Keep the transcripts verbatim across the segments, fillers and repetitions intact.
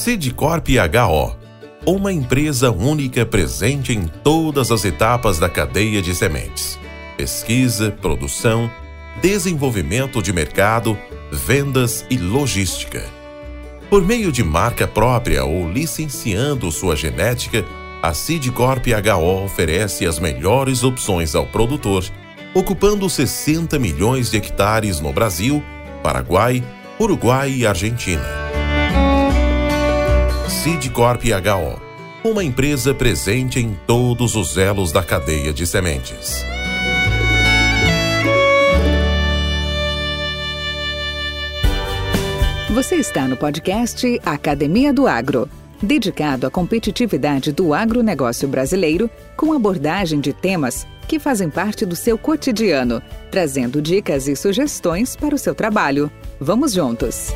Sidcorp H O, uma empresa única presente em todas as etapas da cadeia de sementes: pesquisa, produção, desenvolvimento de mercado, vendas e logística. Por meio de marca própria ou licenciando sua genética, a Sidcorp H O oferece as melhores opções ao produtor, ocupando sessenta milhões de hectares no Brasil, Paraguai, Uruguai e Argentina. Sidcorp H O, uma empresa presente em todos os elos da cadeia de sementes. Você está no podcast Academia do Agro, dedicado à competitividade do agronegócio brasileiro, com abordagem de temas que fazem parte do seu cotidiano, trazendo dicas e sugestões para o seu trabalho. Vamos juntos!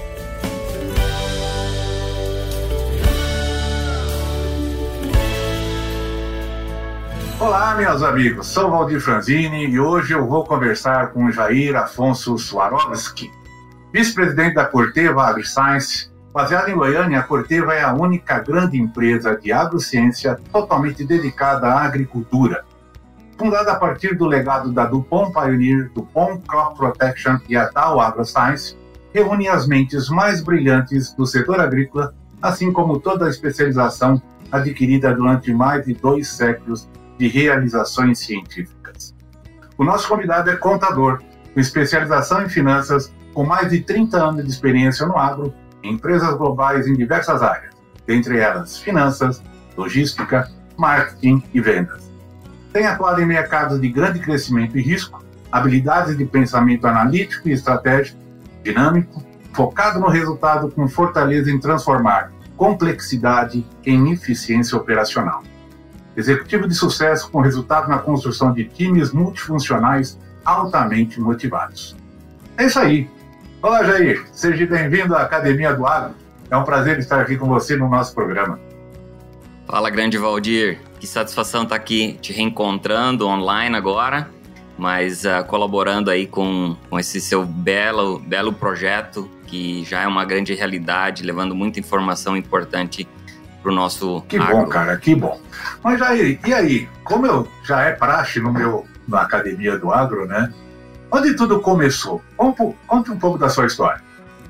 Olá, meus amigos, sou Valdir Franzini e hoje eu vou conversar com Jair Afonso Swarovski, vice-presidente da Corteva AgriScience. Baseada em Goiânia, a Corteva é a única grande empresa de agrociência totalmente dedicada à agricultura. Fundada a partir do legado da DuPont Pioneer, DuPont Crop Protection e a Dow AgroScience, reúne as mentes mais brilhantes do setor agrícola, assim como toda a especialização adquirida durante mais de dois séculos de realizações científicas. O nosso convidado é contador, com especialização em finanças, com mais de trinta anos de experiência no agro, em empresas globais em diversas áreas, dentre elas finanças, logística, marketing e vendas. Tem atuado em mercados de grande crescimento e risco, habilidades de pensamento analítico e estratégico, dinâmico, focado no resultado com fortaleza em transformar complexidade em eficiência operacional. Executivo de sucesso com resultado na construção de times multifuncionais altamente motivados. É isso aí. Olá, Jair. Seja bem-vindo à Academia do Agro. É um prazer estar aqui com você no nosso programa. Fala, grande Valdir. Que satisfação estar aqui te reencontrando online agora, mas uh, colaborando aí com, com esse seu belo, belo projeto, que já é uma grande realidade, levando muita informação importante para o nosso Que agro. bom, cara, que bom. Mas, Jair, e aí? Como eu já é praxe no meu, na Academia do Agro, né? Onde tudo começou? Conte um pouco da sua história.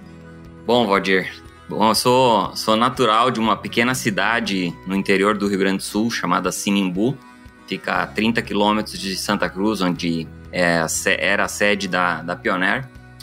Bom, Valdir, bom, eu sou, sou natural de uma pequena cidade no interior do Rio Grande do Sul, chamada Sinimbu. Fica a trinta quilômetros de Santa Cruz, onde é, era a sede da, da Pioneer.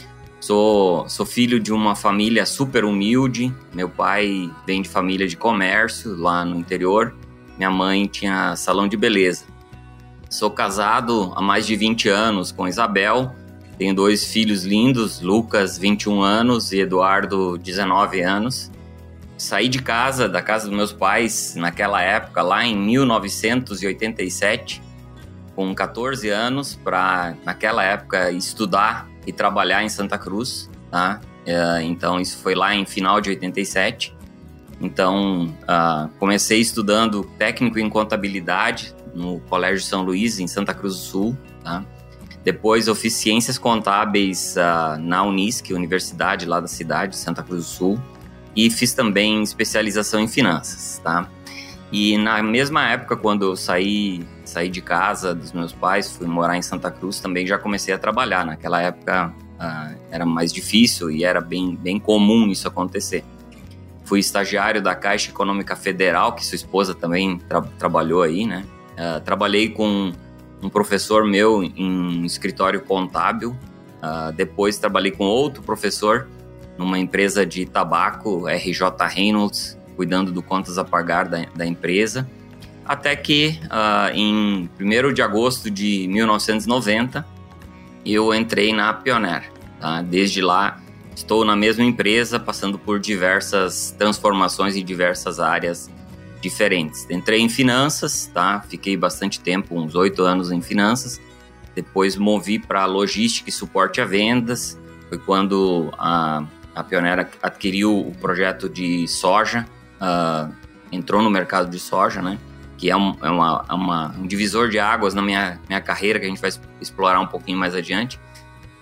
Sou, sou filho de uma família super humilde. Meu pai vem de família de comércio lá no interior. Minha mãe tinha salão de beleza. Sou casado há mais de vinte anos com Isabel. Tenho dois filhos lindos, Lucas, vinte e um anos, e Eduardo, dezenove anos. Saí de casa, da casa dos meus pais, naquela época, lá em mil novecentos e oitenta e sete, com catorze anos, para, naquela época, estudar e trabalhar em Santa Cruz, tá? Então, isso foi lá em final de oitenta e sete. Então, uh, comecei estudando técnico em contabilidade no Colégio São Luís, em Santa Cruz do Sul, tá? Depois eu fiz ciências contábeis uh, na Unisc, universidade lá da cidade, Santa Cruz do Sul, e fiz também especialização em finanças, tá? E na mesma época, quando eu saí, saí de casa dos meus pais, fui morar em Santa Cruz, também já comecei a trabalhar. Naquela época uh, era mais difícil e era bem, bem comum isso acontecer. Fui estagiário da Caixa Econômica Federal, que sua esposa também tra- trabalhou aí, né? Uh, trabalhei com um professor meu em escritório contábil. Uh, depois trabalhei com outro professor numa empresa de tabaco, R J Reynolds, cuidando do contas a pagar da, da empresa. Até que uh, em primeiro de agosto de mil novecentos e noventa, eu entrei na Pioneer. Tá? Desde lá, estou na mesma empresa, passando por diversas transformações em diversas áreas diferentes. Entrei em finanças, tá? Fiquei bastante tempo, uns oito anos em finanças. Depois movi para logística e suporte a vendas. Foi quando a, a Pioneer adquiriu o projeto de soja, uh, entrou no mercado de soja, né? Que é, um, é uma, uma, um divisor de águas na minha, minha carreira, que a gente vai explorar um pouquinho mais adiante.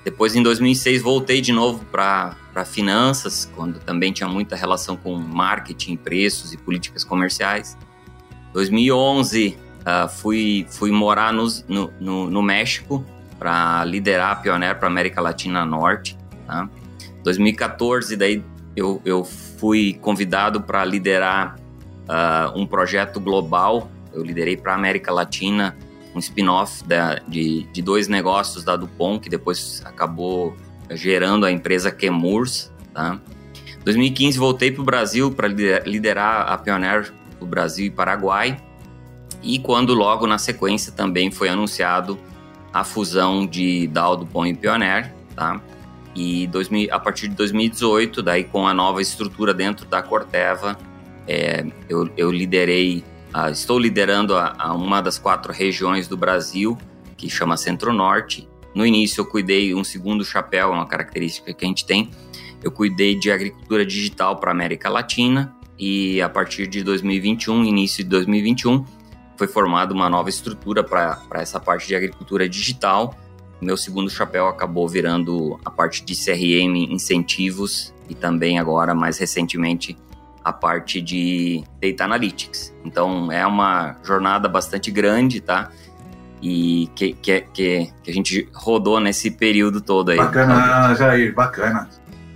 Depois, em dois mil e seis, voltei de novo para finanças, quando também tinha muita relação com marketing, preços e políticas comerciais. Em dois mil e onze, uh, fui, fui morar no, no, no México para liderar a Pioneer para a América Latina Norte. Tá? Em dois mil e quatorze, daí eu, eu fui convidado para liderar uh, um projeto global. Eu liderei para a América Latina um spin-off da, de, de dois negócios da Dupont, que depois acabou gerando a empresa Chemours. Tá? Em dois mil e quinze, voltei para o Brasil para liderar a Pioneer do Brasil e Paraguai. E quando logo na sequência também foi anunciado a fusão de Dow, Dupont e Pioneer. Tá? E dois mil, a partir de dois mil e dezoito, daí com a nova estrutura dentro da Corteva, é, eu, eu liderei Uh, estou liderando a, a uma das quatro regiões do Brasil, que chama Centro-Norte. No início eu cuidei, um segundo chapéu, uma característica que a gente tem, eu cuidei de agricultura digital para a América Latina, e a partir de dois mil e vinte e um, início de dois mil e vinte e um, foi formada uma nova estrutura para essa parte de agricultura digital. Meu segundo chapéu acabou virando a parte de C R M, incentivos, e também agora, mais recentemente, a parte de Data Analytics. Então, é uma jornada bastante grande, tá? E que, que, que, que a gente rodou nesse período todo aí. Bacana, Jair, bacana.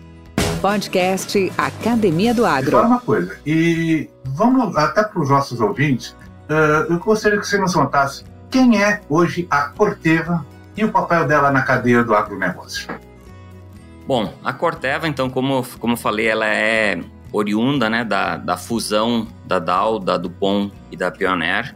Podcast Academia do Agro. Fala uma coisa, e vamos até para os nossos ouvintes, uh, eu gostaria que você nos contasse quem é hoje a Corteva e o papel dela na cadeia do agronegócio. Bom, a Corteva, então, como, como eu falei, ela é oriunda, né, da, da fusão da Dow, da Dupont e da Pioneer,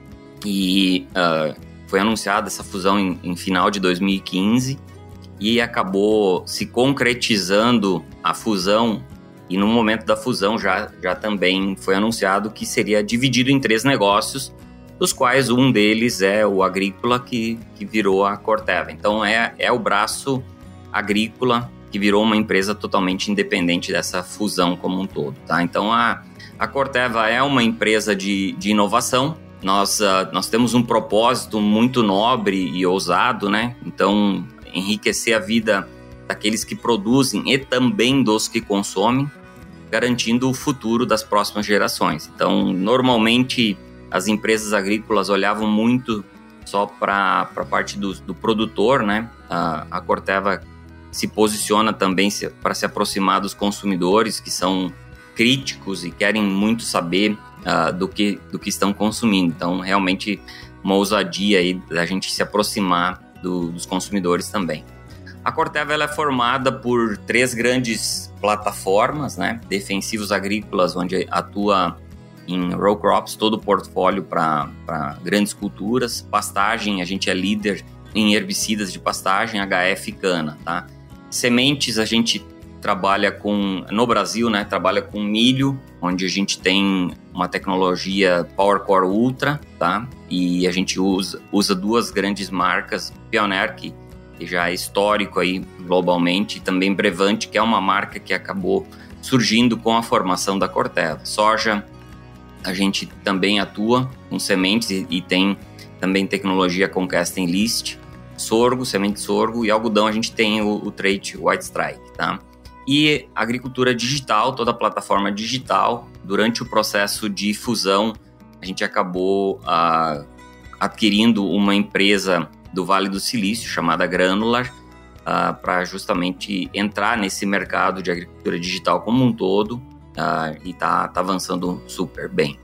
e uh, foi anunciada essa fusão em, em final de dois mil e quinze, e acabou se concretizando a fusão, e no momento da fusão já, já também foi anunciado que seria dividido em três negócios, dos quais um deles é o agrícola, que, que virou a Corteva. Então é, é o braço agrícola que virou uma empresa totalmente independente dessa fusão como um todo, tá? Então, a, a Corteva é uma empresa de, de inovação. Nós, uh, nós temos um propósito muito nobre e ousado, né? Então, enriquecer a vida daqueles que produzem e também dos que consomem, garantindo o futuro das próximas gerações. Então, normalmente, as empresas agrícolas olhavam muito só para a parte do, do produtor, né? A, a Corteva se posiciona também para se aproximar dos consumidores, que são críticos e querem muito saber uh, do, que, do que estão consumindo. Então, realmente, uma ousadia aí da gente se aproximar do, dos consumidores também. A Corteva ela é formada por três grandes plataformas, né? Defensivos agrícolas, onde atua em row crops, todo o portfólio para grandes culturas. Pastagem, a gente é líder em herbicidas de pastagem, H F e cana, tá? Sementes, a gente trabalha com, no Brasil, né, trabalha com milho, onde a gente tem uma tecnologia PowerCore Ultra, tá? E a gente usa, usa duas grandes marcas, Pioneer, que, que já é histórico aí globalmente, e também Brevante, que é uma marca que acabou surgindo com a formação da Corteva. Soja, a gente também atua com sementes e, e tem também tecnologia com Cast and List. Sorgo, semente de sorgo, e algodão a gente tem o, o trait White Strike, tá? E agricultura digital, toda a plataforma digital. Durante o processo de fusão, a gente acabou uh, adquirindo uma empresa do Vale do Silício, chamada Granular, uh, para justamente entrar nesse mercado de agricultura digital como um todo, uh, e tá, tá avançando super bem.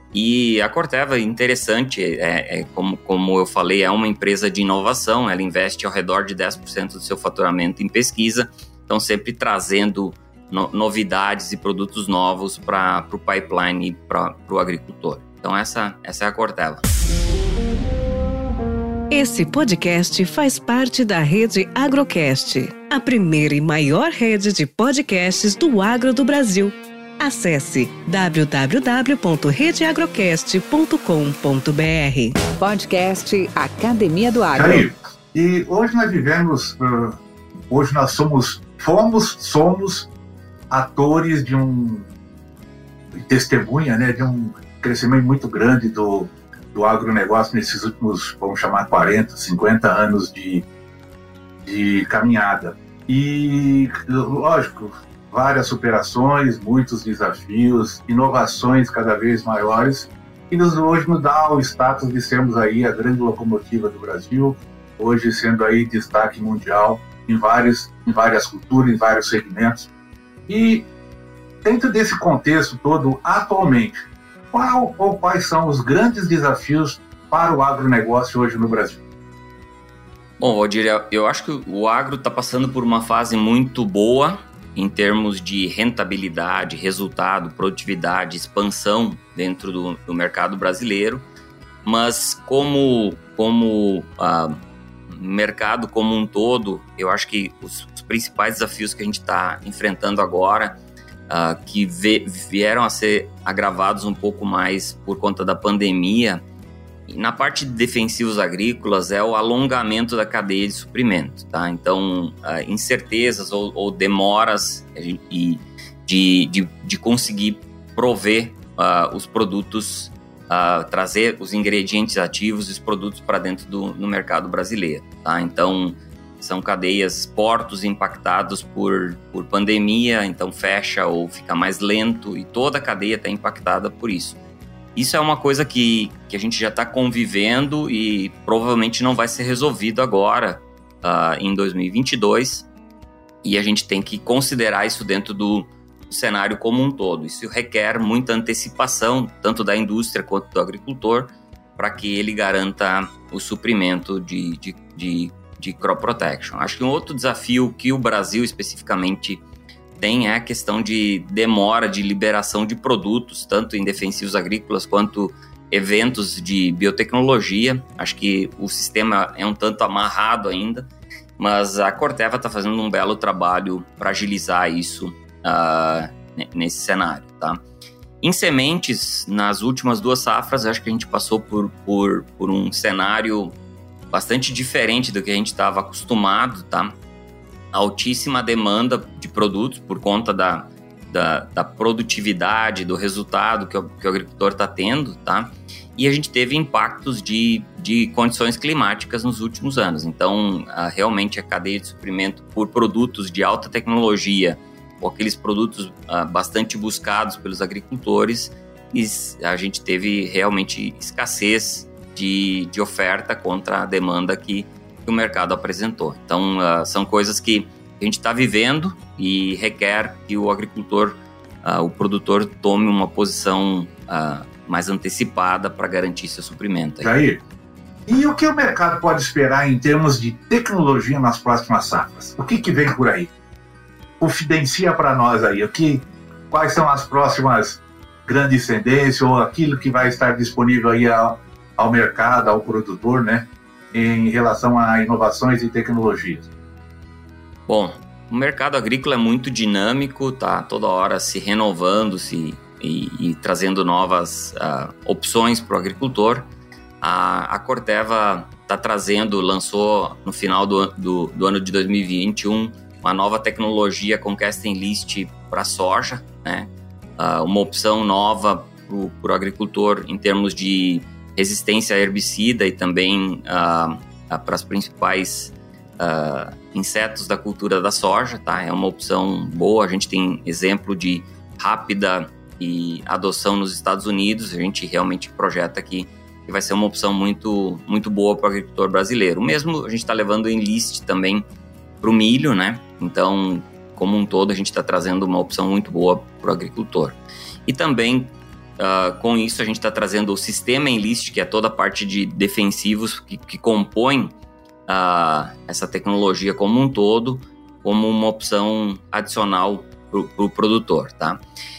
E a Corteva, interessante, é, é, como, como eu falei, é uma empresa de inovação, ela investe ao redor de dez por cento do seu faturamento em pesquisa, então sempre trazendo no, novidades e produtos novos para o pipeline e para o agricultor. Então essa, essa é a Corteva. Esse podcast faz parte da rede Agrocast, a primeira e maior rede de podcasts do agro do Brasil. Acesse w w w ponto rede agrocast ponto com ponto b r. Podcast Academia do Agro. Jair, e hoje nós vivemos, uh, hoje nós somos, fomos, somos atores de um, testemunha, né, de um crescimento muito grande do, do agronegócio nesses últimos, vamos chamar, quarenta, cinquenta anos de, de caminhada. E, lógico, várias superações, muitos desafios, inovações cada vez maiores, que nos, hoje nos dá o status de sermos aí a grande locomotiva do Brasil, hoje sendo aí destaque mundial em, vários, em várias culturas, em vários segmentos. E dentro desse contexto todo, atualmente, qual ou quais são os grandes desafios para o agronegócio hoje no Brasil? Bom, Valdir, eu acho que o agro está passando por uma fase muito boa em termos de rentabilidade, resultado, produtividade, expansão dentro do, do mercado brasileiro, mas como, como ah, mercado como um todo, eu acho que os, os principais desafios que a gente está enfrentando agora, ah, que ve, vieram a ser agravados um pouco mais por conta da pandemia, na parte de defensivos agrícolas é o alongamento da cadeia de suprimento, tá? Então, uh, incertezas ou, ou demoras e de, de, de conseguir prover uh, os produtos, uh, trazer os ingredientes ativos e os produtos para dentro do no mercado brasileiro, tá? Então, são cadeias, portos impactados por, por pandemia, então fecha ou fica mais lento e toda a cadeia está impactada por isso. Isso é uma coisa que, que a gente já está convivendo e provavelmente não vai ser resolvido agora, uh, em dois mil e vinte e dois, e a gente tem que considerar isso dentro do, do cenário como um todo. Isso requer muita antecipação, tanto da indústria quanto do agricultor, para que ele garanta o suprimento de, de, de, de crop protection. Acho que um outro desafio que o Brasil especificamente tem é a questão de demora de liberação de produtos, tanto em defensivos agrícolas quanto eventos de biotecnologia. Acho que o sistema é um tanto amarrado ainda, mas a Corteva está fazendo um belo trabalho para agilizar isso uh, nesse cenário, tá? Em sementes, nas últimas duas safras, acho que a gente passou por, por, por um cenário bastante diferente do que a gente estava acostumado, tá? Altíssima demanda de produtos por conta da, da, da produtividade, do resultado que o, que o agricultor está tendo, tá? E a gente teve impactos de, de condições climáticas nos últimos anos. Então, a, realmente a cadeia de suprimento por produtos de alta tecnologia, ou aqueles produtos a, bastante buscados pelos agricultores, e a gente teve realmente escassez de, de oferta contra a demanda que que o mercado apresentou. Então, uh, são coisas que a gente está vivendo e requer que o agricultor, uh, o produtor, tome uma posição uh, mais antecipada para garantir seu suprimento. Jair, e o que o mercado pode esperar em termos de tecnologia nas próximas safras? O que, que vem por aí? Confidencia para nós aí, o que, quais são as próximas grandes tendências ou aquilo que vai estar disponível aí ao, ao mercado, ao produtor, né? Em relação a inovações e tecnologias? Bom, o mercado agrícola é muito dinâmico, tá toda hora se renovando se, e, e trazendo novas uh, opções para o agricultor. A, a Corteva está trazendo, lançou no final do, do, do ano de dois mil e vinte e um uma nova tecnologia com casting list para soja, né? Uh, uma opção nova para o agricultor em termos de resistência a herbicida e também uh, uh, para os principais uh, insetos da cultura da soja, tá? É uma opção boa, a gente tem exemplo de rápida e adoção nos Estados Unidos, a gente realmente projeta aqui que vai ser uma opção muito, muito boa para o agricultor brasileiro. O mesmo a gente está levando em list também para o milho, né? Então, como um todo, a gente está trazendo uma opção muito boa para o agricultor. E também Uh, com isso, a gente está trazendo o sistema Enlist, que é toda a parte de defensivos que, que compõe uh, essa tecnologia como um todo, como uma opção adicional para o pro produtor, tá?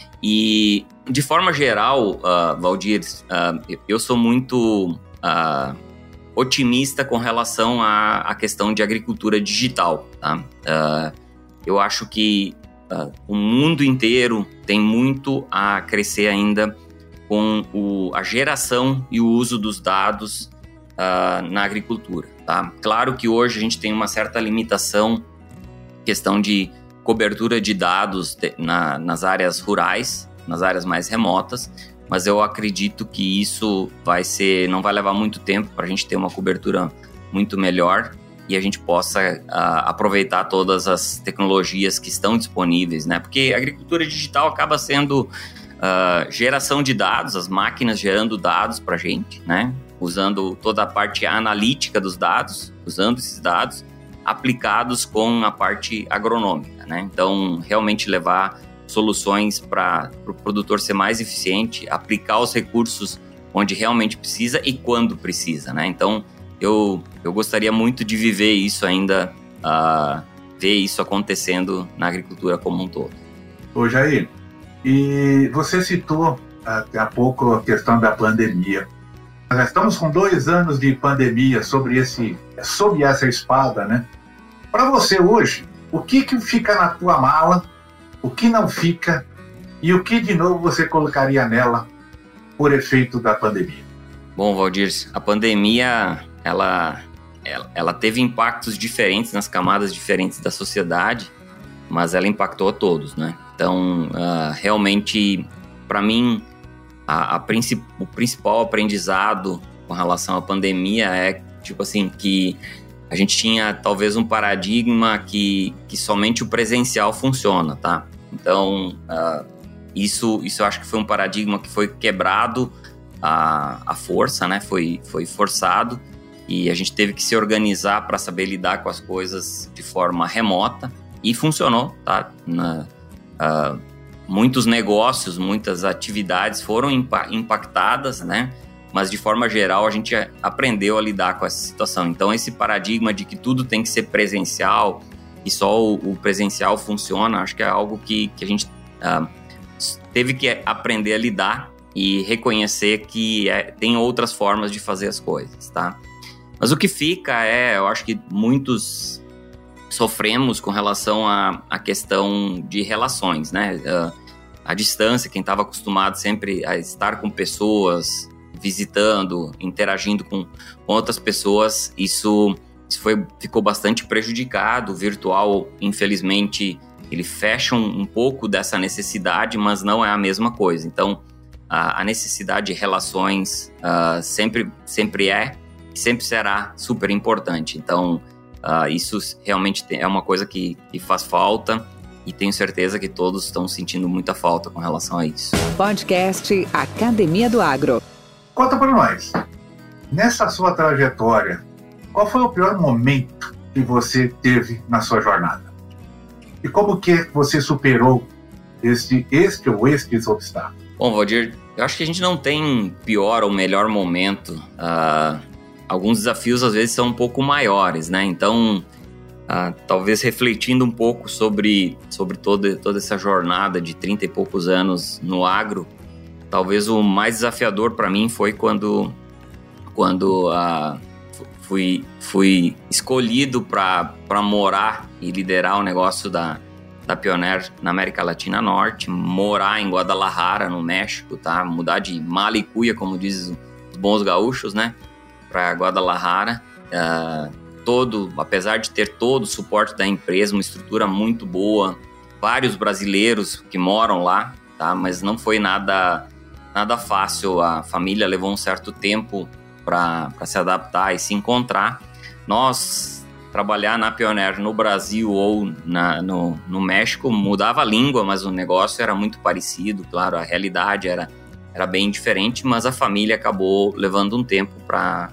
E, de forma geral, uh, Valdir, uh, eu sou muito uh, otimista com relação à, à questão de agricultura digital, tá? Uh, eu acho que uh, o mundo inteiro tem muito a crescer ainda com o, a geração e o uso dos dados uh, na agricultura, tá? Claro que hoje a gente tem uma certa limitação, questão de cobertura de dados de, na, nas áreas rurais, nas áreas mais remotas, mas eu acredito que isso vai ser, não vai levar muito tempo para a gente ter uma cobertura muito melhor e a gente possa uh, aproveitar todas as tecnologias que estão disponíveis, né? Porque a agricultura digital acaba sendo uh, geração de dados, as máquinas gerando dados para a gente, né? Usando toda a parte analítica dos dados, usando esses dados aplicados com a parte agronômica, né? Então, realmente levar soluções para o pro produtor ser mais eficiente, aplicar os recursos onde realmente precisa e quando precisa, né? Então, eu, eu gostaria muito de viver isso ainda, uh, ver isso acontecendo na agricultura como um todo. Ô Jair, e você citou até há pouco a questão da pandemia. Nós estamos com dois anos de pandemia sobre, esse, sobre essa espada, né? Para você hoje, o que, que fica na tua mala, o que não fica e o que de novo você colocaria nela por efeito da pandemia? Bom, Valdir, a pandemia ela, ela, ela teve impactos diferentes nas camadas diferentes da sociedade, mas ela impactou a todos, né? Então, uh, realmente, para mim, a, a princip, o principal aprendizado com relação à pandemia é, tipo assim, que a gente tinha talvez um paradigma que, que somente o presencial funciona, tá? Então, uh, isso, isso eu acho que foi um paradigma que foi quebrado à, à força, né? Foi, foi forçado e a gente teve que se organizar para saber lidar com as coisas de forma remota e funcionou, tá? Na, uh, muitos negócios, muitas atividades foram impa- impactadas, né? Mas de forma geral a gente aprendeu a lidar com essa situação. Então esse paradigma de que tudo tem que ser presencial e só o, o presencial funciona, acho que é algo que, que a gente uh, teve que aprender a lidar e reconhecer que é, tem outras formas de fazer as coisas, tá? Mas o que fica é, eu acho que muitos sofremos com relação à, à questão de relações, né? Uh, a distância, quem estava acostumado sempre a estar com pessoas, visitando, interagindo com outras pessoas, isso, isso foi, ficou bastante prejudicado. O virtual, infelizmente, ele fecha um, um pouco dessa necessidade, mas não é a mesma coisa. Então, a, a necessidade de relações uh, sempre, sempre é e sempre será super importante. Então, uh, isso realmente é uma coisa que, que faz falta e tenho certeza que todos estão sentindo muita falta com relação a isso. Podcast Academia do Agro. Conta para nós, nessa sua trajetória, qual foi o pior momento que você teve na sua jornada? E como que você superou este, este ou estes obstáculos? Bom, Valdir, eu acho que a gente não tem pior ou melhor momento. Uh, alguns desafios às vezes são um pouco maiores, né? Então, uh, talvez refletindo um pouco sobre, sobre toda, toda essa jornada de trinta e poucos anos no agro, talvez o mais desafiador para mim foi quando, quando uh, fui, fui escolhido para morar e liderar o negócio da, da Pioneer na América Latina Norte, morar em Guadalajara, no México, tá? Mudar de mala e cuia, como dizem os bons gaúchos, né? Para Guadalajara. Uh, todo, apesar de ter todo o suporte da empresa, uma estrutura muito boa, vários brasileiros que moram lá, tá? Mas não foi nada... Nada fácil, a família levou um certo tempo para se adaptar e se encontrar. Nós, trabalhar na Pioneer no Brasil ou na, no, no México, mudava a língua, mas o negócio era muito parecido, claro, a realidade era, era bem diferente, mas a família acabou levando um tempo para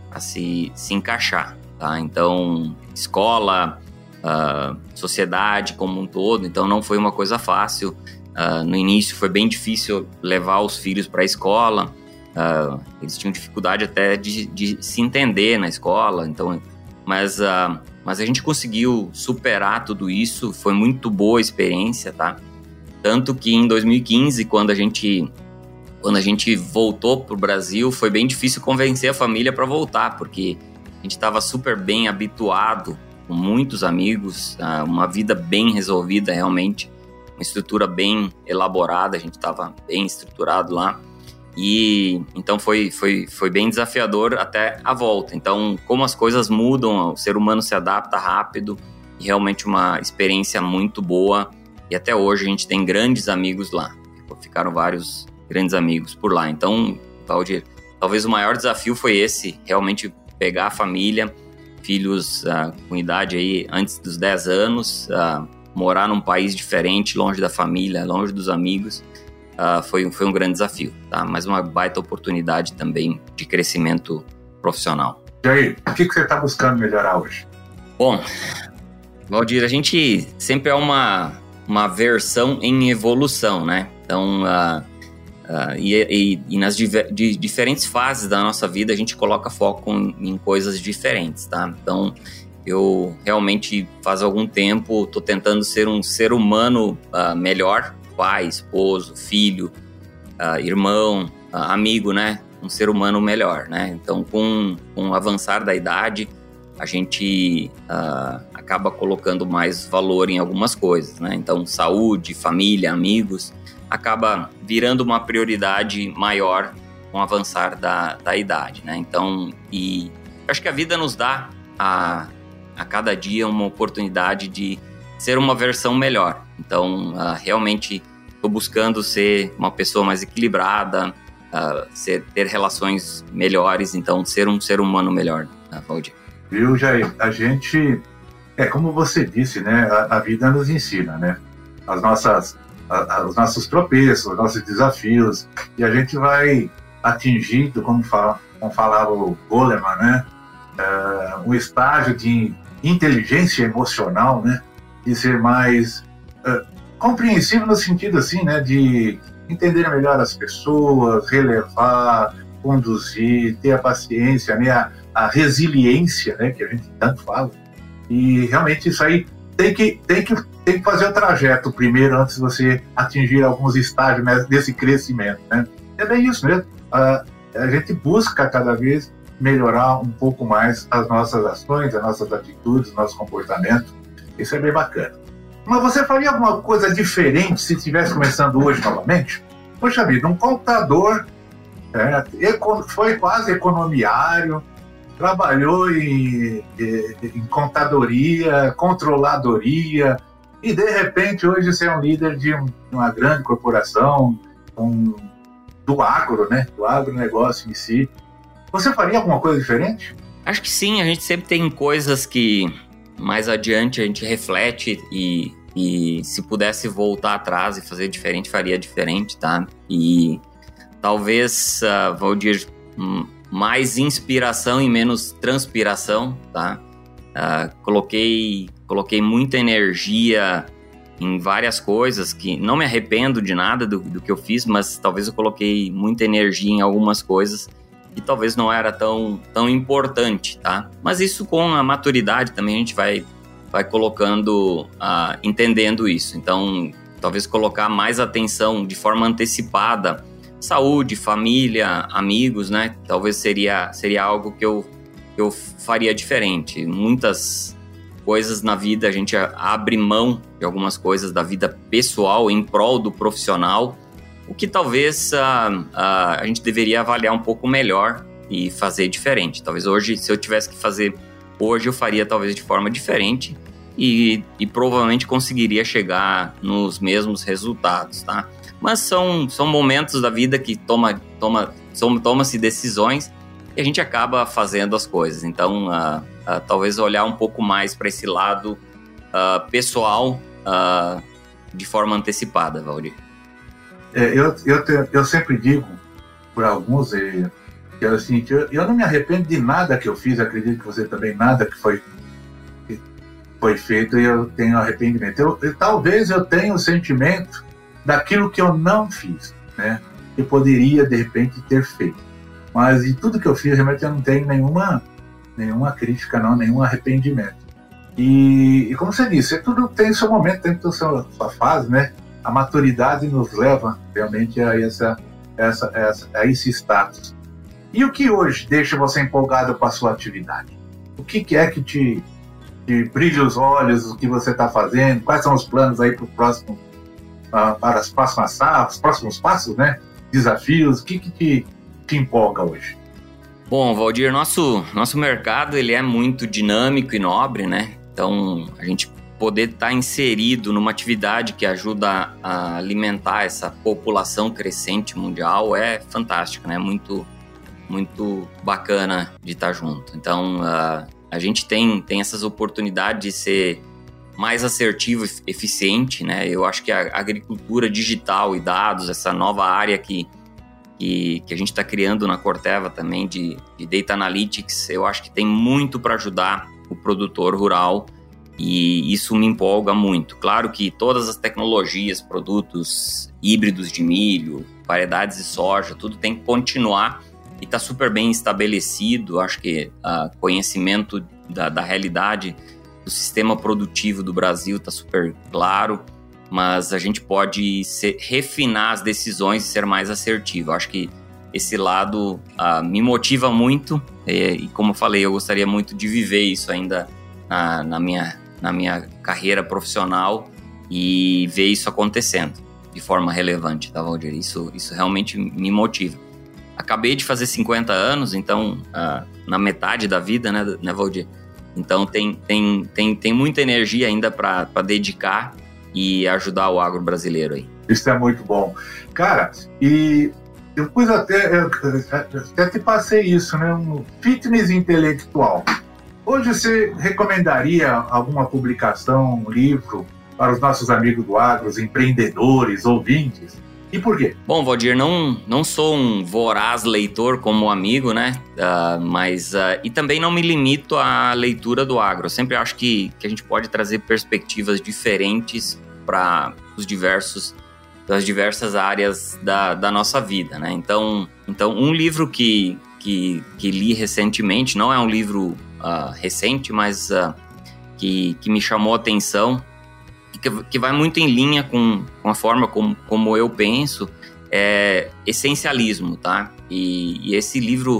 se, se encaixar, tá? Então, escola, uh, sociedade como um todo, então não foi uma coisa fácil. Uh, no início foi bem difícil levar os filhos para a escola, uh, eles tinham dificuldade até de, de se entender na escola, então, mas, uh, mas a gente conseguiu superar tudo isso, foi muito boa a experiência, tá? Tanto que em dois mil e quinze, quando a gente, quando a gente voltou para o Brasil, foi bem difícil convencer a família para voltar, porque a gente estava super bem habituado, com muitos amigos, uh, uma vida bem resolvida realmente, uma estrutura bem elaborada, a gente estava bem estruturado lá, e então foi, foi, foi bem desafiador até a volta. Então, como as coisas mudam, o ser humano se adapta rápido, e realmente uma experiência muito boa, e até hoje a gente tem grandes amigos lá, ficaram vários grandes amigos por lá. Então, Valdir, talvez o maior desafio foi esse, realmente pegar a família, filhos uh, com idade aí antes dos dez anos, uh, morar num país diferente, longe da família, longe dos amigos, uh, foi, foi um grande desafio, tá? Mas uma baita oportunidade também de crescimento profissional. E aí, o que, que você está buscando melhorar hoje? Bom, Valdir, a gente sempre é uma, uma versão em evolução, né? Então, uh, uh, e, e, e nas diver, de, diferentes fases da nossa vida, a gente coloca foco em, em coisas diferentes, tá? Então, eu realmente, faz algum tempo, estou tentando ser um ser humano uh, melhor, pai, esposo, filho, uh, irmão, uh, amigo, né? Um ser humano melhor, né? Então, com, com o avançar da idade, a gente uh, acaba colocando mais valor em algumas coisas, né? Então, saúde, família, amigos, acaba virando uma prioridade maior com o avançar da, da idade, né? Então, e acho que a vida nos dá a, a cada dia uma oportunidade de ser uma versão melhor. Então, uh, realmente estou buscando ser uma pessoa mais equilibrada, uh, ser, ter relações melhores, então ser um ser humano melhor, uh, Valdir. Viu, Jair? A gente, é como você disse, né? A, a vida nos ensina, né? As nossas, a, a, os nossos tropeços, os nossos desafios, e a gente vai atingindo, como, fala, como falava o Goleman, né? Uh, um estágio de inteligência emocional, né? De ser mais uh, compreensível no sentido assim, né? De entender melhor as pessoas, relevar, conduzir, ter a paciência, né? A, a resiliência, né, que a gente tanto fala, e realmente isso aí tem que, tem que, tem que fazer o trajeto primeiro antes de você atingir alguns estágios desse crescimento, né? É bem isso mesmo, a, a gente busca cada vez melhorar um pouco mais as nossas ações, as nossas atitudes, o nosso comportamento, isso é bem bacana. Mas você faria alguma coisa diferente se estivesse começando hoje novamente? Poxa vida, um contador, é, foi quase economiário, trabalhou em, em contadoria, controladoria, e de repente hoje você é um líder de, um, de uma grande corporação, um, do agro, né? Do agronegócio em si. Você faria alguma coisa diferente? Acho que sim, a gente sempre tem coisas que mais adiante a gente reflete e, e se pudesse voltar atrás e fazer diferente, faria diferente, tá? E talvez, uh, Valdir, hum, mais inspiração e menos transpiração, tá? Uh, coloquei, coloquei muita energia em várias coisas que não me arrependo de nada do, do que eu fiz, mas talvez eu coloquei muita energia em algumas coisas que talvez não era tão, tão importante, tá? Mas isso com a maturidade também a gente vai, vai colocando, uh, entendendo isso. Então, talvez colocar mais atenção de forma antecipada, saúde, família, amigos, né? Talvez seria, seria algo que eu, eu faria diferente. Muitas coisas na vida, a gente abre mão de algumas coisas da vida pessoal em prol do profissional, o que talvez uh, uh, a gente deveria avaliar um pouco melhor e fazer diferente. Talvez hoje, se eu tivesse que fazer hoje, eu faria talvez de forma diferente e, e provavelmente conseguiria chegar nos mesmos resultados, tá? Mas são, são momentos da vida que toma, toma, toma-se decisões e a gente acaba fazendo as coisas. Então, uh, uh, talvez olhar um pouco mais para esse lado uh, pessoal uh, de forma antecipada, Valdir. É, eu, eu, te, eu sempre digo para alguns é, que é o seguinte, eu, eu não me arrependo de nada que eu fiz, acredito que você também, nada que foi, que foi feito e eu tenho arrependimento. Eu, eu, talvez eu tenha o sentimento daquilo que eu não fiz, né? Que poderia, de repente, ter feito. Mas de tudo que eu fiz, realmente eu não tenho nenhuma, nenhuma crítica, não, nenhum arrependimento. E, e como você disse, tudo tem seu momento, tem a sua, sua fase, né? A maturidade nos leva realmente a, essa, essa, essa, a esse status. E o que hoje deixa você empolgado com a sua atividade? O que, que é que te, te brilha os olhos, o que você está fazendo? Quais são os planos aí para o próximo Uh, para as próximas safras, os próximos passos, né? Desafios, o que, que te, te empolga hoje? Bom, Valdir, nosso, nosso mercado ele é muito dinâmico e nobre, né? Então, a gente poder estar tá inserido numa atividade que ajuda a alimentar essa população crescente mundial é fantástico, né? Muito, muito bacana de estar tá junto. Então, uh, a gente tem, tem essas oportunidades de ser mais assertivo e eficiente, né? Eu acho que a agricultura digital e dados, essa nova área que, que, que a gente está criando na Corteva também de, de Data Analytics, eu acho que tem muito para ajudar o produtor rural e isso me empolga muito. Claro que todas as tecnologias, produtos híbridos de milho, variedades de soja, tudo tem que continuar e está super bem estabelecido. Acho que o uh, conhecimento da, da realidade do sistema produtivo do Brasil está super claro, mas a gente pode ser, refinar as decisões e ser mais assertivo. Acho que esse lado uh, me motiva muito e, e, como eu falei, eu gostaria muito de viver isso ainda na, na, minha, na minha carreira profissional e ver isso acontecendo de forma relevante, tá, Valdir? Isso, isso realmente me motiva. Acabei de fazer cinquenta anos, então, uh, na metade da vida, né, né Valdir? Então tem, tem, tem, tem muita energia ainda para dedicar e ajudar o agro brasileiro aí. Isso é muito bom. Cara, e eu pus até, eu, até te passei isso, né? Um fitness intelectual. Hoje você recomendaria alguma publicação, um livro para os nossos amigos do agro, os empreendedores, ouvintes? E por quê? Bom, Valdir, não, não sou um voraz leitor como amigo, né? Uh, mas, uh, e também não me limito à leitura do agro. Eu sempre acho que, que a gente pode trazer perspectivas diferentes para os diversos, das diversas áreas da, da nossa vida, né? Então, então um livro que, que, que li recentemente, não é um livro uh, recente, mas uh, que, que me chamou a atenção, que vai muito em linha com, com a forma como, como eu penso, é essencialismo, tá? E, e esse livro,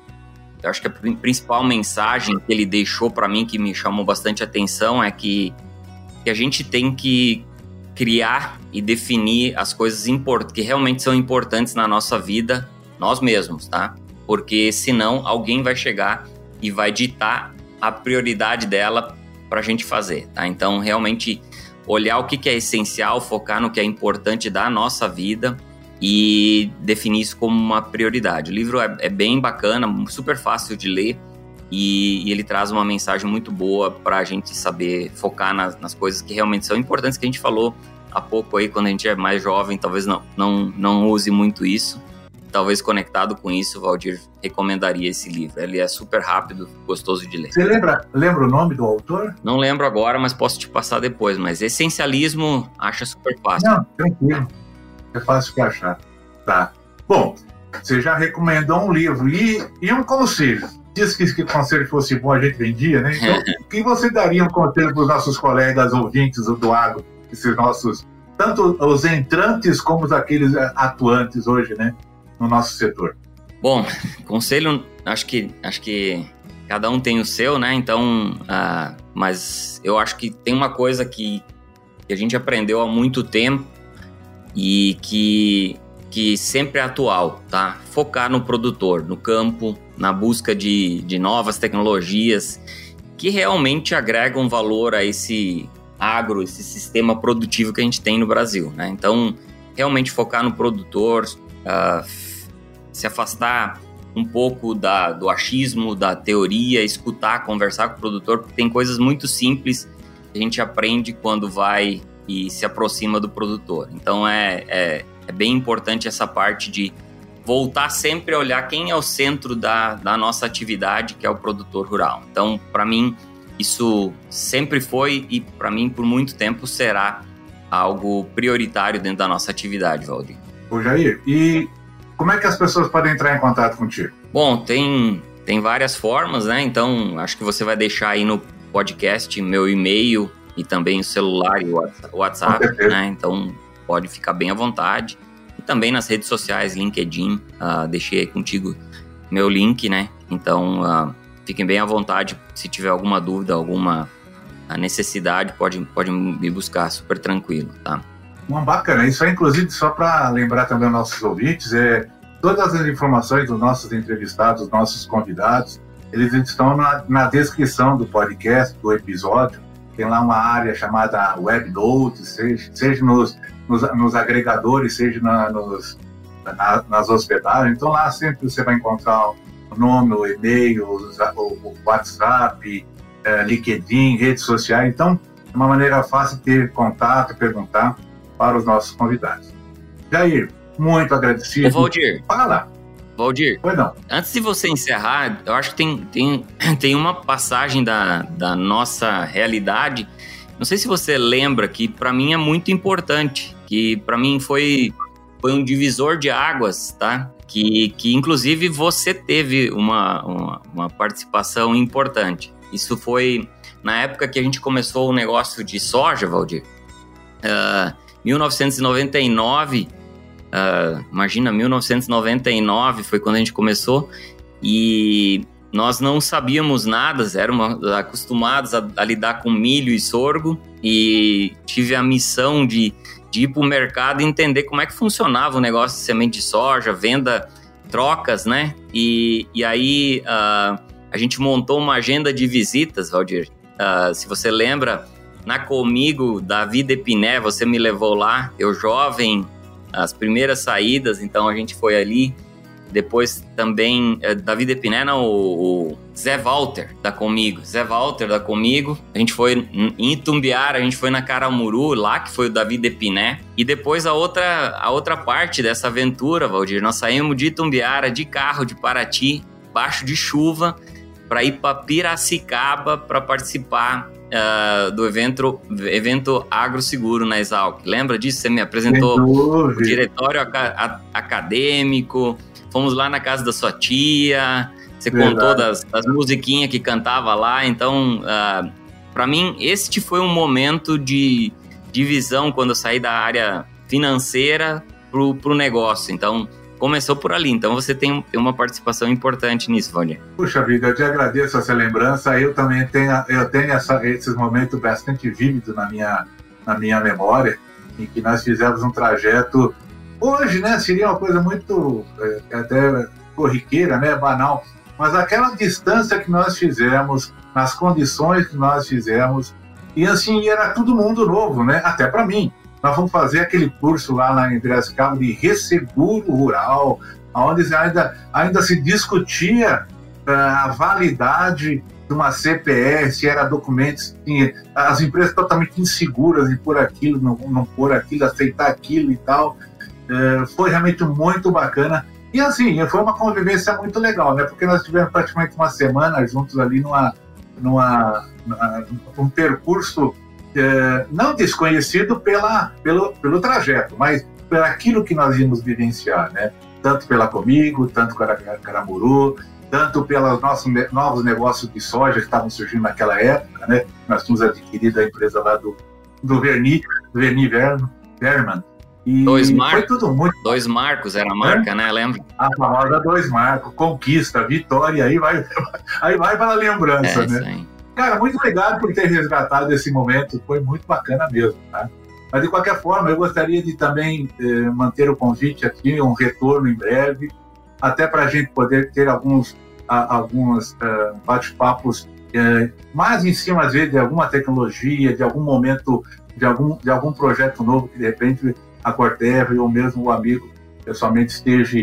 eu acho que a principal mensagem que ele deixou para mim, que me chamou bastante atenção, é que, que a gente tem que criar e definir as coisas import- que realmente são importantes na nossa vida, nós mesmos, tá? Porque senão alguém vai chegar e vai ditar a prioridade dela pra gente fazer, tá? Então, realmente olhar o que, que é essencial, focar no que é importante da nossa vida e definir isso como uma prioridade. O livro é, é bem bacana, super fácil de ler e, e ele traz uma mensagem muito boa para a gente saber focar nas, nas coisas que realmente são importantes, que a gente falou há pouco aí, quando a gente é mais jovem, talvez não, não, não use muito isso. Talvez conectado com isso, Valdir recomendaria esse livro. Ele é super rápido, gostoso de ler. Você lembra, lembra o nome do autor? Não lembro agora, mas posso te passar depois. Mas essencialismo, acha super fácil. Não, tranquilo. É fácil de achar. Tá. Bom, você já recomendou um livro e, e um conselho. Disse que se o conselho fosse bom, a gente vendia, né? Então, o que você daria um conselho para os nossos colegas ouvintes do agro, esses nossos, tanto os entrantes como os aqueles atuantes hoje, né? No nosso setor? Bom, conselho, acho que, acho que cada um tem o seu, né? Então, uh, mas eu acho que tem uma coisa que, que a gente aprendeu há muito tempo e que, que sempre é atual, tá? Focar no produtor, no campo, na busca de, de novas tecnologias que realmente agregam valor a esse agro, esse sistema produtivo que a gente tem no Brasil, né? Então, realmente focar no produtor, uh, se afastar um pouco da, do achismo, da teoria, escutar, conversar com o produtor, porque tem coisas muito simples que a gente aprende quando vai e se aproxima do produtor. Então é, é, é bem importante essa parte de voltar sempre a olhar quem é o centro da, da nossa atividade, que é o produtor rural. Então, para mim, isso sempre foi e para mim, por muito tempo, será algo prioritário dentro da nossa atividade, Valdir. Ô Jair, e como é que as pessoas podem entrar em contato contigo? Bom, tem, tem várias formas, né? Então, acho que você vai deixar aí no podcast meu e-mail e também o celular e o WhatsApp, né? Então, pode ficar bem à vontade. E também nas redes sociais, LinkedIn, uh, deixei aí contigo meu link, né? Então, uh, fiquem bem à vontade. Se tiver alguma dúvida, alguma necessidade, pode, pode me buscar, super tranquilo, tá? Uma bacana, isso é inclusive só para lembrar também aos nossos ouvintes, é, todas as informações dos nossos entrevistados, dos nossos convidados, eles estão na, na descrição do podcast, do episódio. Tem lá uma área chamada Web Notes, seja, seja nos, nos, nos agregadores, seja na, nos, na, nas hospedagens. Então lá sempre você vai encontrar o nome, o e-mail, o WhatsApp, é, LinkedIn, redes sociais. Então, é uma maneira fácil de ter contato, perguntar para os nossos convidados. Jair, muito agradecido. Ô, Valdir. Fala. Valdir, Pois não. Antes de você encerrar, eu acho que tem, tem, tem uma passagem da, da nossa realidade. Não sei se você lembra, que para mim é muito importante, que para mim foi, foi um divisor de águas, tá? Que, que inclusive você teve uma, uma, uma participação importante. Isso foi na época que a gente começou o negócio de soja, Valdir. Uh, mil novecentos e noventa e nove, uh, imagina, mil novecentos e noventa e nove foi quando a gente começou, e nós não sabíamos nada, éramos acostumados a, a lidar com milho e sorgo, e tive a missão de, de ir para o mercado e entender como é que funcionava o negócio de semente de soja, venda, trocas, né? E, e aí uh, a gente montou uma agenda de visitas, Valdir. Uh, se você lembra, na Comigo, Davi Depiné, você me levou lá, eu jovem, as primeiras saídas, então a gente foi ali. Depois também, eh, Davi Depiné, não, o, o Zé Walter da Comigo, Zé Walter da Comigo, a gente foi em Itumbiara, a gente foi na Caramuru, lá que foi o Davi Depiné, e depois a outra, a outra parte dessa aventura, Valdir, nós saímos de Itumbiara, de carro, de Paraty, baixo de chuva, para ir para Piracicaba para participar uh, do evento, evento AgroSeguro na Exalc. Lembra disso? Você me apresentou o diretório aca- acadêmico, fomos lá na casa da sua tia, você Verdade. contou das, das musiquinhas que cantava lá. Então, uh, para mim, este foi um momento de divisão quando eu saí da área financeira pro, pro negócio. Então, começou por ali. Então, você tem, tem uma participação importante nisso, Valdir. Puxa vida, eu te agradeço essa lembrança. Eu também tenho, eu tenho essa, esses momentos bastante vívidos na minha, na minha memória, em que nós fizemos um trajeto. Hoje, né, seria uma coisa muito é, até corriqueira, né, banal, mas aquela distância que nós fizemos, nas condições que nós fizemos, e assim, era todo mundo novo, né, até para mim. Nós fomos fazer aquele curso lá, lá em Piracicaba de resseguro rural, onde ainda, ainda se discutia uh, a validade de uma C P R, se era documentos, tinha, as empresas totalmente inseguras em pôr aquilo, não, não pôr aquilo, aceitar aquilo e tal. Uh, foi realmente muito bacana. E assim, foi uma convivência muito legal, né? Porque nós tivemos praticamente uma semana juntos ali numa, numa, numa, num percurso É, não desconhecido pela, pelo, pelo trajeto, mas por aquilo que nós íamos vivenciar, né? Tanto pela Comigo, tanto pela Caramuru, tanto pelos nossos novos negócios de soja que estavam surgindo naquela época, né? Nós tínhamos adquirido a empresa lá do, do Verni, do Verni Verman. E dois marcos, foi tudo muito... Dois Marcos era a marca, é? né? Lembra? A famosa Dois Marcos, Conquista, Vitória, aí vai, aí vai para a lembrança, é, né? Sim. Cara, muito obrigado por ter resgatado esse momento, foi muito bacana mesmo, tá? Mas de qualquer forma, eu gostaria de também eh, manter o convite aqui, um retorno em breve, até para a gente poder ter alguns, a, alguns uh, bate-papos eh, mais em cima, às vezes, de alguma tecnologia, de algum momento, de algum, de algum projeto novo que, de repente, a Corteva ou mesmo o amigo pessoalmente esteja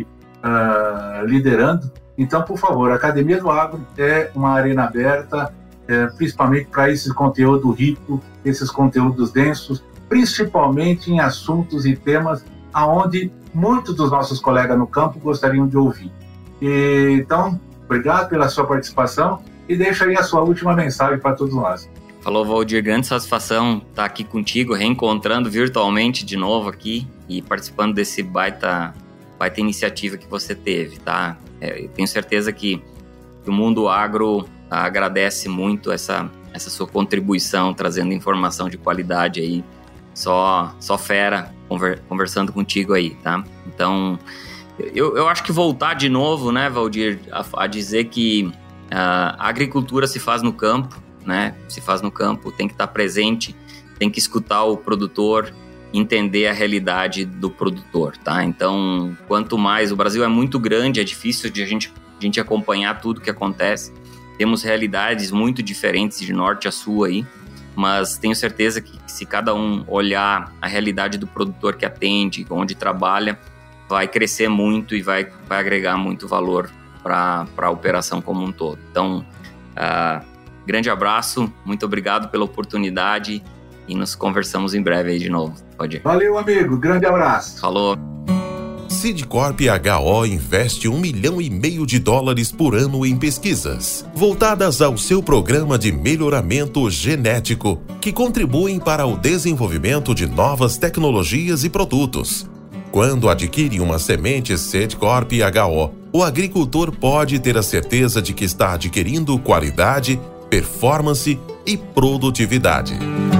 uh, liderando. Então, por favor, a Academia do Agro é uma arena aberta, É, principalmente para esse conteúdo rico, esses conteúdos densos, principalmente em assuntos e temas aonde muitos dos nossos colegas no campo gostariam de ouvir. E, então, obrigado pela sua participação e deixa aí a sua última mensagem para todos nós. Falou, Valdir, grande satisfação estar aqui contigo, reencontrando virtualmente de novo aqui e participando desse baita, baita iniciativa que você teve, tá? É, eu tenho certeza que o mundo agro agradece muito essa, essa sua contribuição, trazendo informação de qualidade aí, só, só fera conver, conversando contigo aí, tá? Então, eu, eu acho que voltar de novo, né, Valdir, a, a dizer que uh, a agricultura se faz no campo, né, se faz no campo, tem que estar presente, tem que escutar o produtor, entender a realidade do produtor, tá? Então, quanto mais, o Brasil é muito grande, é difícil de a gente, a gente acompanhar tudo que acontece, temos realidades muito diferentes de norte a sul aí, mas tenho certeza que se cada um olhar a realidade do produtor que atende, onde trabalha, vai crescer muito e vai, vai agregar muito valor para a operação como um todo. Então, uh, grande abraço, muito obrigado pela oportunidade e nos conversamos em breve aí de novo. Pode ir. Valeu, amigo. Grande abraço. Falou. Sidcorp H O investe um milhão e meio de dólares por ano em pesquisas, voltadas ao seu programa de melhoramento genético, que contribuem para o desenvolvimento de novas tecnologias e produtos. Quando adquire uma semente Sidcorp H O, o agricultor pode ter a certeza de que está adquirindo qualidade, performance e produtividade.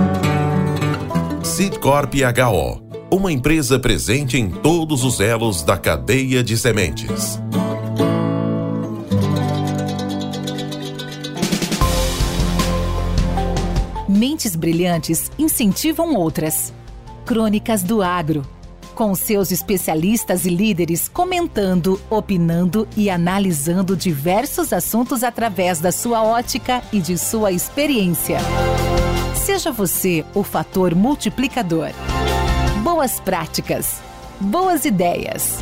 Sidcorp H O, uma empresa presente em todos os elos da cadeia de sementes. Mentes brilhantes incentivam outras. Crônicas do Agro, com seus especialistas e líderes comentando, opinando e analisando diversos assuntos através da sua ótica e de sua experiência. Seja você o fator multiplicador. Boas práticas, boas ideias.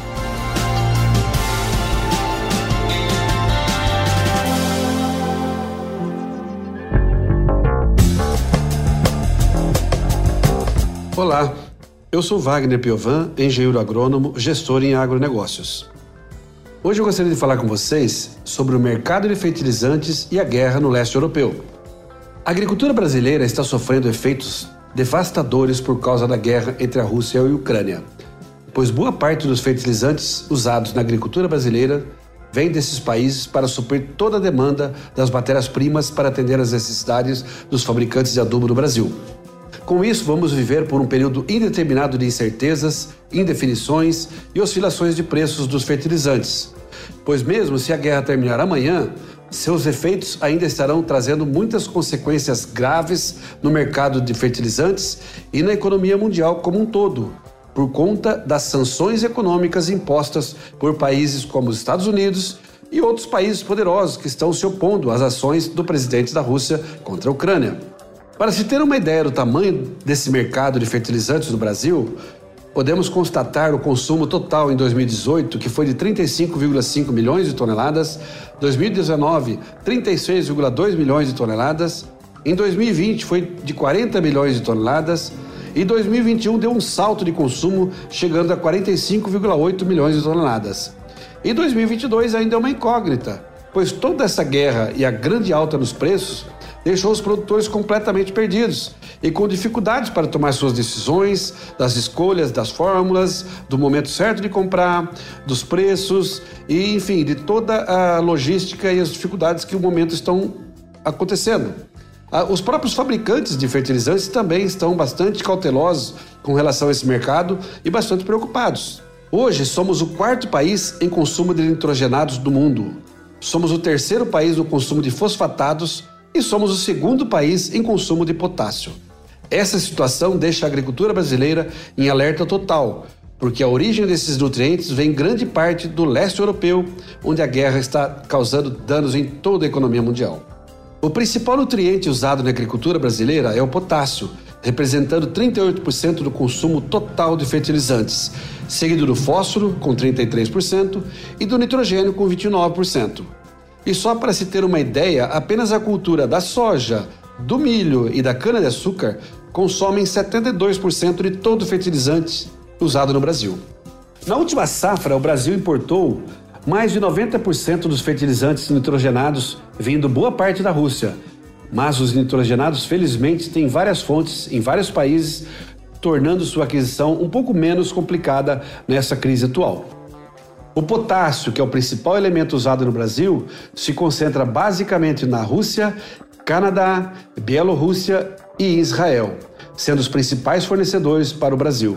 Olá, eu sou Wagner Piovan, engenheiro agrônomo, gestor em agronegócios. Hoje eu gostaria de falar com vocês sobre o mercado de fertilizantes e a guerra no leste europeu. A agricultura brasileira está sofrendo efeitos devastadores por causa da guerra entre a Rússia e a Ucrânia, pois boa parte dos fertilizantes usados na agricultura brasileira vem desses países para suprir toda a demanda das matérias-primas para atender às necessidades dos fabricantes de adubo no Brasil. Com isso, vamos viver por um período indeterminado de incertezas, indefinições e oscilações de preços dos fertilizantes, pois mesmo se a guerra terminar amanhã, seus efeitos ainda estarão trazendo muitas consequências graves no mercado de fertilizantes e na economia mundial como um todo, por conta das sanções econômicas impostas por países como os Estados Unidos e outros países poderosos que estão se opondo às ações do presidente da Rússia contra a Ucrânia. Para se ter uma ideia do tamanho desse mercado de fertilizantes no Brasil, podemos constatar o consumo total em dois mil e dezoito, que foi de trinta e cinco vírgula cinco milhões de toneladas, dois mil e dezenove, trinta e seis vírgula dois milhões de toneladas, em dois mil e vinte foi de quarenta milhões de toneladas e dois mil e vinte e um deu um salto de consumo chegando a quarenta e cinco vírgula oito milhões de toneladas. E dois mil e vinte e dois ainda é uma incógnita, pois toda essa guerra e a grande alta nos preços deixou os produtores completamente perdidos e com dificuldades para tomar suas decisões, das escolhas, das fórmulas, do momento certo de comprar, dos preços e, enfim, de toda a logística e as dificuldades que o momento estão acontecendo. Os próprios fabricantes de fertilizantes também estão bastante cautelosos com relação a esse mercado e bastante preocupados. Hoje somos o quarto país em consumo de nitrogenados do mundo. Somos o terceiro país no consumo de fosfatados e somos o segundo país em consumo de potássio. Essa situação deixa a agricultura brasileira em alerta total, porque a origem desses nutrientes vem em grande parte do leste europeu, onde a guerra está causando danos em toda a economia mundial. O principal nutriente usado na agricultura brasileira é o potássio, representando trinta e oito por cento do consumo total de fertilizantes, seguido do fósforo, com trinta e três por cento, e do nitrogênio, com vinte e nove por cento. E só para se ter uma ideia, apenas a cultura da soja, do milho e da cana-de-açúcar consomem setenta e dois por cento de todo o fertilizante usado no Brasil. Na última safra, o Brasil importou mais de noventa por cento dos fertilizantes nitrogenados, vindo boa parte da Rússia. Mas os nitrogenados, felizmente, têm várias fontes em vários países, tornando sua aquisição um pouco menos complicada nessa crise atual. O potássio, que é o principal elemento usado no Brasil, se concentra basicamente na Rússia, Canadá, Bielorrússia e Israel, sendo os principais fornecedores para o Brasil.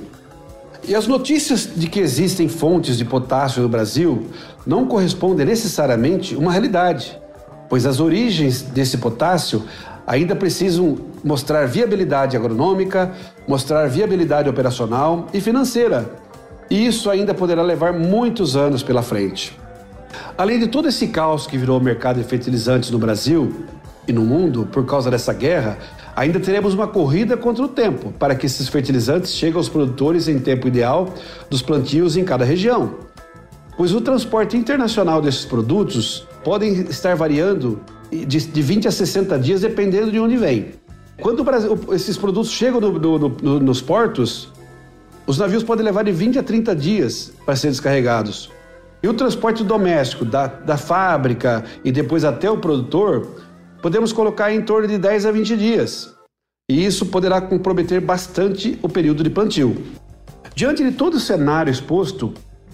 E as notícias de que existem fontes de potássio no Brasil não correspondem necessariamente a uma realidade, pois as origens desse potássio ainda precisam mostrar viabilidade agronômica, mostrar viabilidade operacional e financeira. E isso ainda poderá levar muitos anos pela frente. Além de todo esse caos que virou o mercado de fertilizantes no Brasil e no mundo por causa dessa guerra, ainda teremos uma corrida contra o tempo para que esses fertilizantes cheguem aos produtores em tempo ideal dos plantios em cada região. pois o transporte internacional desses produtos podem estar variando de, de vinte a sessenta dias, dependendo de onde vem. Quando o Brasil, esses produtos chegam no, no, no, nos portos, os navios podem levar de vinte a trinta dias para serem descarregados. E o transporte doméstico da, da fábrica e depois até o produtor, podemos colocar em torno de dez a vinte dias. E isso poderá comprometer bastante o período de plantio. Diante de todo o cenário exposto,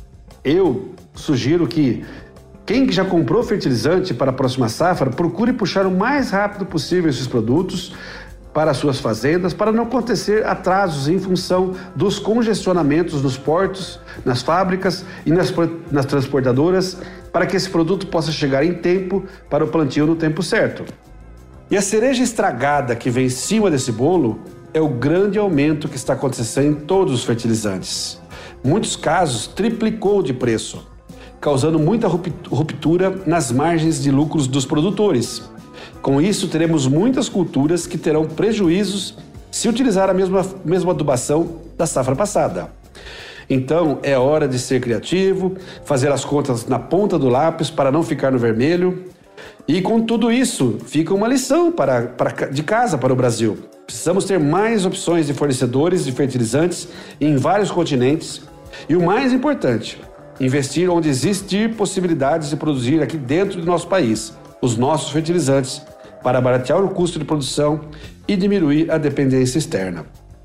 eu sugiro que quem já comprou fertilizante para a próxima safra, procure puxar o mais rápido possível esses produtos para suas fazendas, para não acontecer atrasos em função dos congestionamentos nos portos, nas fábricas e nas, nas transportadoras, para que esse produto possa chegar em tempo para o plantio no tempo certo. E a cereja estragada que vem em cima desse bolo é o grande aumento que está acontecendo em todos os fertilizantes. Em muitos casos, triplicou de preço, causando muita ruptura nas margens de lucros dos produtores. Com isso, teremos muitas culturas que terão prejuízos se utilizar a mesma, mesma adubação da safra passada. Então, é hora de ser criativo, fazer as contas na ponta do lápis para não ficar no vermelho. E com tudo isso, fica uma lição para, para, de casa para o Brasil. Precisamos ter mais opções de fornecedores de fertilizantes em vários continentes. E o mais importante, investir onde existir possibilidades de produzir aqui dentro do nosso país os nossos fertilizantes para baratear o custo de produção e diminuir a dependência externa.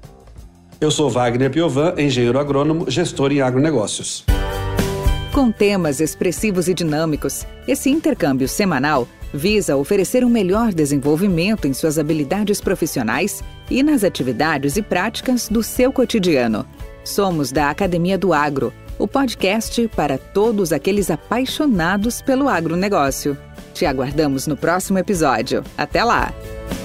Eu sou Wagner Piovan, engenheiro agrônomo, gestor em agronegócios. Com temas expressivos e dinâmicos, esse intercâmbio semanal visa oferecer um melhor desenvolvimento em suas habilidades profissionais e nas atividades e práticas do seu cotidiano. Somos da Academia do Agro, o podcast para todos aqueles apaixonados pelo agronegócio. Te aguardamos no próximo episódio. Até lá!